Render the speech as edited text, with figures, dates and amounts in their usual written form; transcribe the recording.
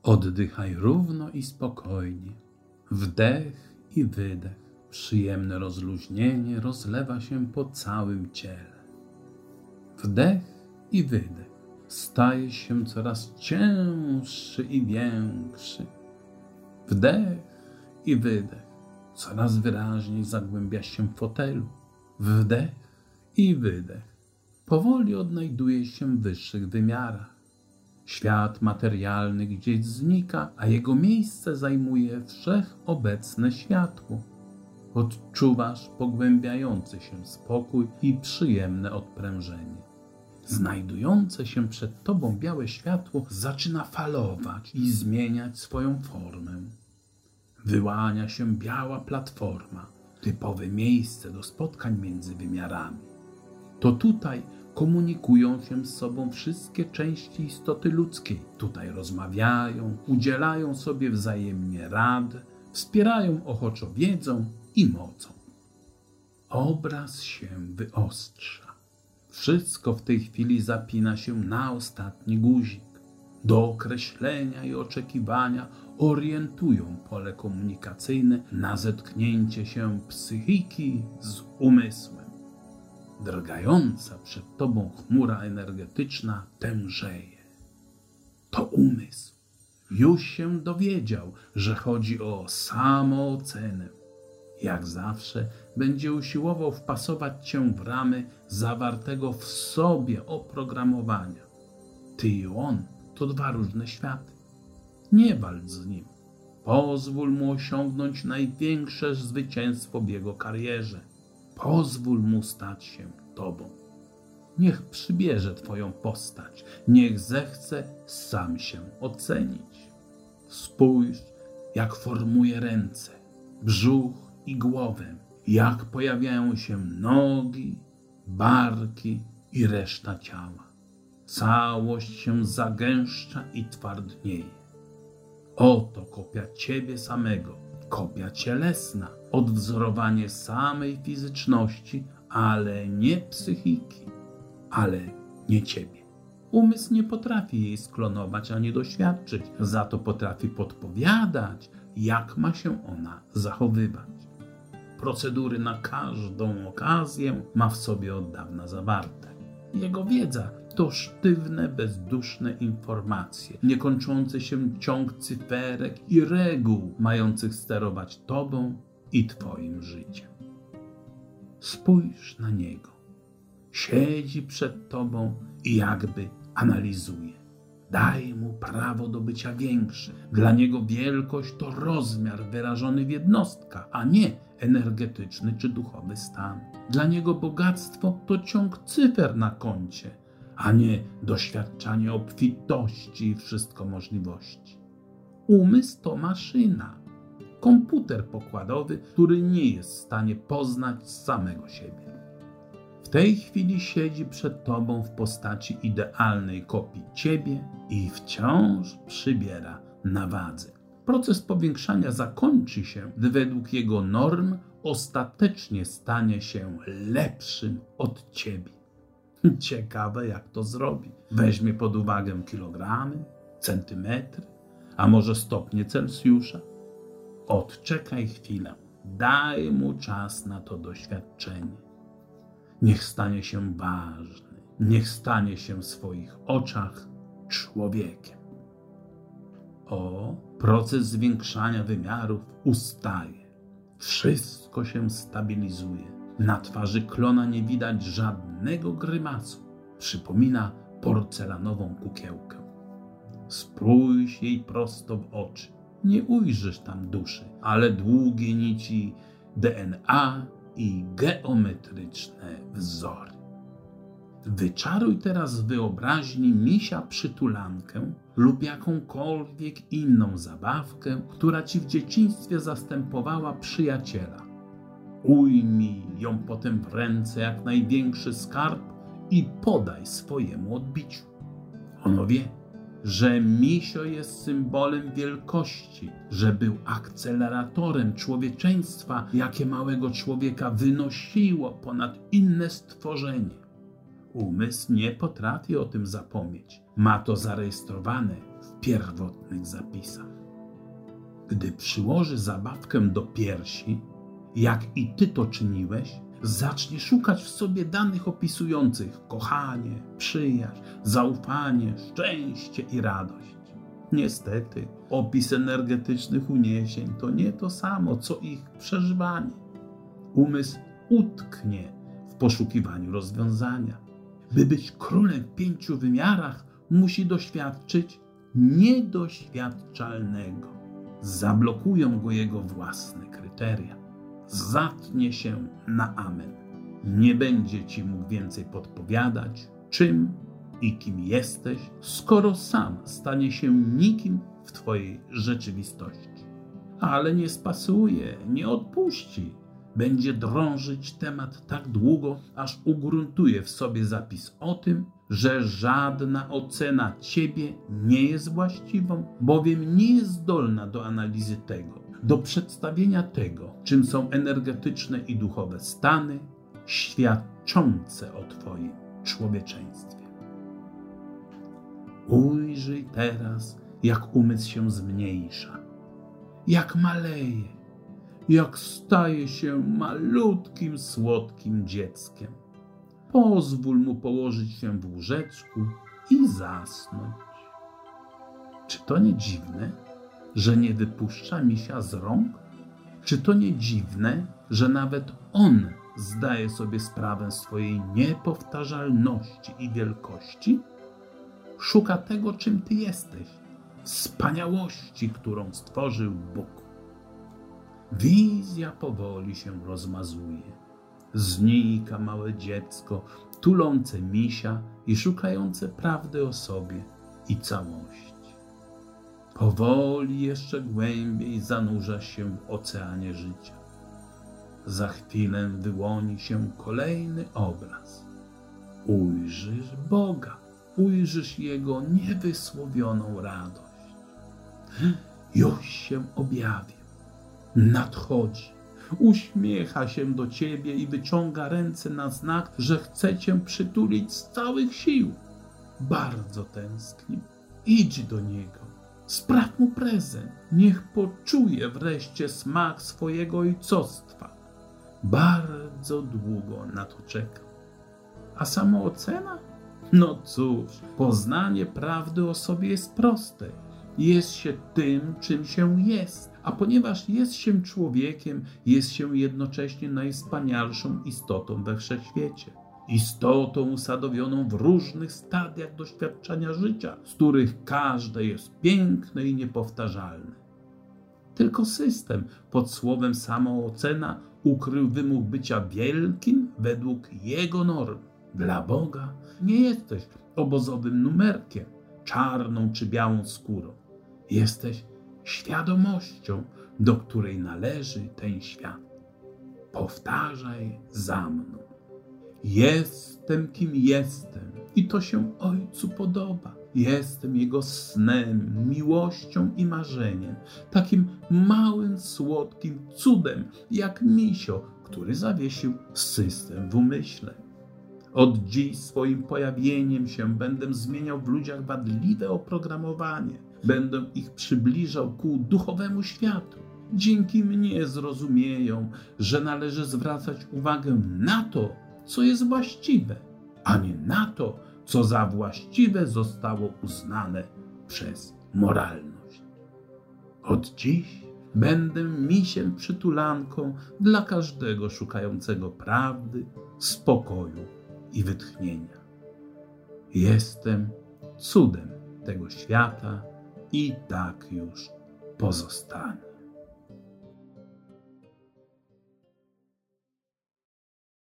Oddychaj równo i spokojnie. Wdech i wydech. Przyjemne rozluźnienie rozlewa się po całym ciele. Wdech i wydech. Stajesz się coraz cięższy i większy. Wdech i wydech. Coraz wyraźniej zagłębiasz się w fotelu. Wdech i wydech. Powoli odnajdujesz się w wyższych wymiarach. Świat materialny gdzieś znika, a jego miejsce zajmuje wszechobecne światło. Odczuwasz pogłębiający się spokój i przyjemne odprężenie. Znajdujące się przed tobą białe światło zaczyna falować i zmieniać swoją formę. Wyłania się biała platforma, typowe miejsce do spotkań między wymiarami. To tutaj komunikują się z sobą wszystkie części istoty ludzkiej. Tutaj rozmawiają, udzielają sobie wzajemnie rad, wspierają ochoczo wiedzą i mocą. Obraz się wyostrza. Wszystko w tej chwili zapina się na ostatni guzik. Do określenia i oczekiwania orientują pole komunikacyjne na zetknięcie się psychiki z umysłem. Drgająca przed tobą chmura energetyczna tężeje. To umysł. Już się dowiedział, że chodzi o samoocenę. Jak zawsze będzie usiłował wpasować cię w ramy zawartego w sobie oprogramowania. Ty i on to dwa różne światy. Nie walcz z nim. Pozwól mu osiągnąć największe zwycięstwo w jego karierze. Pozwól mu stać się tobą. Niech przybierze twoją postać. Niech zechce sam się ocenić. Spójrz, jak formuje ręce, brzuch i głowę. Jak pojawiają się nogi, barki i reszta ciała. Całość się zagęszcza i twardnieje. Oto kopia ciebie samego, kopia cielesna, odwzorowanie samej fizyczności, ale nie psychiki, ale nie ciebie. Umysł nie potrafi jej sklonować ani doświadczyć, za to potrafi podpowiadać, jak ma się ona zachowywać. Procedury na każdą okazję ma w sobie od dawna zawarte. Jego wiedza to sztywne, bezduszne informacje, niekończący się ciąg cyferek i reguł mających sterować tobą i twoim życiem. Spójrz na niego. Siedzi przed tobą i jakby analizuje. Daj mu prawo do bycia większy. Dla niego wielkość to rozmiar wyrażony w jednostkach, a nie energetyczny czy duchowy stan. Dla niego bogactwo to ciąg cyfer na koncie, a nie doświadczanie obfitości i wszystko możliwości. Umysł to maszyna, komputer pokładowy, który nie jest w stanie poznać samego siebie. W tej chwili siedzi przed tobą w postaci idealnej kopii ciebie i wciąż przybiera na wadze. Proces powiększania zakończy się, gdy według jego norm ostatecznie stanie się lepszym od ciebie. Ciekawe, jak to zrobi. Weźmie pod uwagę kilogramy, centymetry, a może stopnie Celsjusza. Odczekaj chwilę. Daj mu czas na to doświadczenie. Niech stanie się ważny. Niech stanie się w swoich oczach człowiekiem. Proces zwiększania wymiarów ustaje. Wszystko się stabilizuje. Na twarzy klona nie widać żadnego grymasu. Przypomina porcelanową kukiełkę. Spójrz jej prosto w oczy. Nie ujrzysz tam duszy, ale długie nici DNA i geometryczne wzory. Wyczaruj teraz z wyobraźni misia przytulankę lub jakąkolwiek inną zabawkę, która ci w dzieciństwie zastępowała przyjaciela. Ujmij ją potem w ręce jak największy skarb i podaj swojemu odbiciu. Ono wie, że misio jest symbolem wielkości, że był akceleratorem człowieczeństwa, jakie małego człowieka wynosiło ponad inne stworzenie. umysł nie potrafi o tym zapomnieć. Ma to zarejestrowane w pierwotnych zapisach. Gdy przyłoży zabawkę do piersi, jak i ty to czyniłeś, zacznie szukać w sobie danych opisujących kochanie, przyjaźń, zaufanie, szczęście i radość. Niestety, opis energetycznych uniesień to nie to samo, co ich przeżywanie. Umysł utknie w poszukiwaniu rozwiązania. By być królem w 5 wymiarach, musi doświadczyć niedoświadczalnego. Zablokują go jego własne kryteria. Zatnie się na amen. Nie będzie ci mógł więcej podpowiadać, czym i kim jesteś, skoro sam stanie się nikim w twojej rzeczywistości. Ale nie spasuje, nie odpuści. Będzie drążyć temat tak długo, aż ugruntuje w sobie zapis o tym, że żadna ocena ciebie nie jest właściwą, bowiem nie jest zdolna do analizy tego, do przedstawienia tego, czym są energetyczne i duchowe stany świadczące o twoim człowieczeństwie. Ujrzyj teraz, jak umysł się zmniejsza, jak maleje, jak staje się malutkim, słodkim dzieckiem. Pozwól mu położyć się w łóżeczku i zasnąć. Czy to nie dziwne, że nie wypuszcza misia z rąk? Czy to nie dziwne, że nawet on zdaje sobie sprawę z swojej niepowtarzalności i wielkości? Szuka tego, czym ty jesteś, wspaniałości, którą stworzył Bóg. Wizja powoli się rozmazuje. Znika małe dziecko, tulące misia i szukające prawdy o sobie i całości. Powoli jeszcze głębiej zanurza się w oceanie życia. Za chwilę wyłoni się kolejny obraz. Ujrzysz Boga, ujrzysz Jego niewysłowioną radość. Już się objawia, nadchodzi, uśmiecha się do ciebie i wyciąga ręce na znak, że chce cię przytulić z całych sił. Bardzo tęskni. Idź do Niego. Spraw mu prezent. Niech poczuje wreszcie smak swojego ojcostwa. Bardzo długo na to czekam. A samoocena? No cóż, poznanie prawdy o sobie jest proste. Jest się tym, czym się jest. A ponieważ jest się człowiekiem, jest się jednocześnie najwspanialszą istotą we wszechświecie. Istotą usadowioną w różnych stadiach doświadczenia życia, z których każde jest piękne i niepowtarzalne. Tylko system pod słowem samoocena ukrył wymóg bycia wielkim według jego norm. Dla Boga nie jesteś obozowym numerkiem, czarną czy białą skórą. Jesteś świadomością, do której należy ten świat. Powtarzaj za mną. Jestem, kim jestem i to się Ojcu podoba. Jestem Jego snem, miłością i marzeniem, takim małym, słodkim cudem, jak misio, który zawiesił system w umyśle. Od dziś swoim pojawieniem się będę zmieniał w ludziach wadliwe oprogramowanie. Będę ich przybliżał ku duchowemu światu. Dzięki mnie zrozumieją, że należy zwracać uwagę na to, co jest właściwe, a nie na to, co za właściwe zostało uznane przez moralność. Od dziś będę misiem przytulanką dla każdego szukającego prawdy, spokoju i wytchnienia. Jestem cudem tego świata i tak już pozostanę.